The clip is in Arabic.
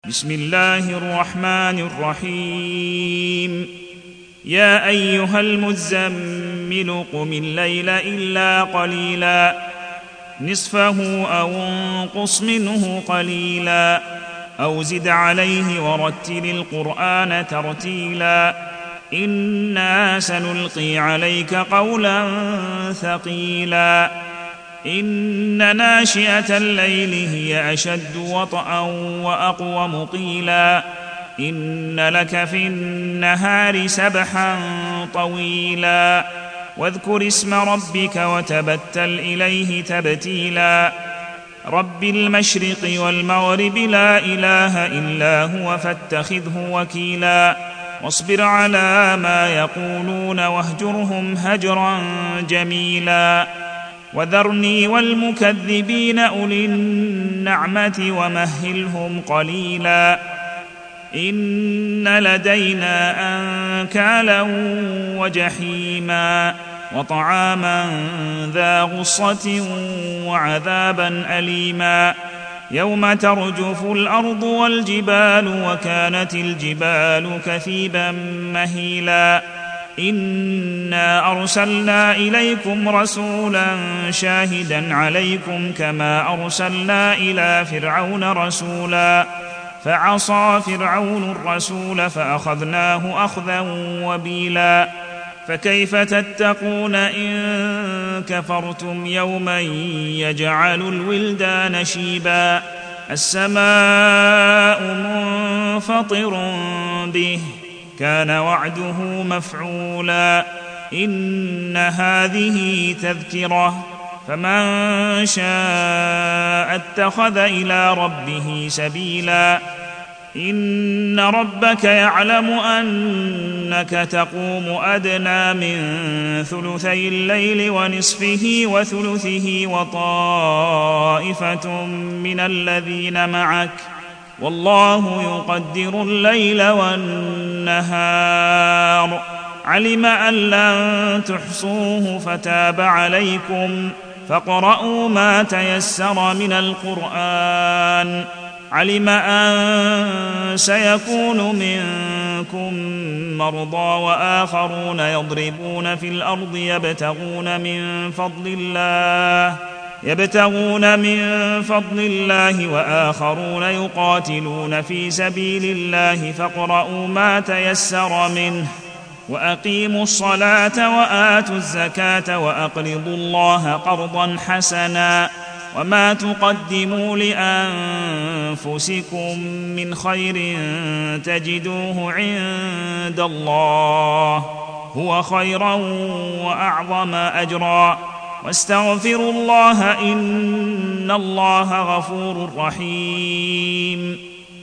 بسم الله الرحمن الرحيم يا أيها المزمل قم الليل إلا قليلا نصفه أو انقص منه قليلا أو زد عليه ورتل القرآن ترتيلا إنا سنلقي عليك قولا ثقيلا إن ناشئة الليل هي أشد وطئا وأقوم قيلا إن لك في النهار سبحا طويلا واذكر اسم ربك وتبتل إليه تبتيلا رب المشرق والمغرب لا إله إلا هو فاتخذه وكيلا واصبر على ما يقولون واهجرهم هجرا جميلا وذرني والمكذبين أولي النعمة ومهلهم قليلا إن لدينا أنكالا وجحيما وطعاما ذا غصة وعذابا أليما يوم ترجف الأرض والجبال وكانت الجبال كثيبا مهيلا إنا أرسلنا إليكم رسولا شاهدا عليكم كما أرسلنا إلى فرعون رسولا فعصى فرعون الرسول فأخذناه أخذا وبيلا فكيف تتقون إن كفرتم يوما يجعل الولدان شيبا السماء منفطر به كان وعده مفعولا إن هذه تذكرة فمن شاء اتخذ إلى ربه سبيلا إن ربك يعلم أنك تقوم أدنى من ثلثي الليل ونصفه وثلثه وطائفة من الذين معك والله يقدر الليل والنهار علم أن لن تحصوه فتاب عليكم فاقرؤوا ما تيسر من القرآن علم أن سيكون منكم مرضى وآخرون يضربون في الأرض يبتغون من فضل الله وآخرون يقاتلون في سبيل الله فاقرؤوا ما تيسر منه وأقيموا الصلاة وآتوا الزكاة وأقرضوا الله قرضا حسنا وما تقدموا لأنفسكم من خير تجدوه عند الله هو خيرا وأعظم أجرا واستغفروا الله إن الله غفور رحيم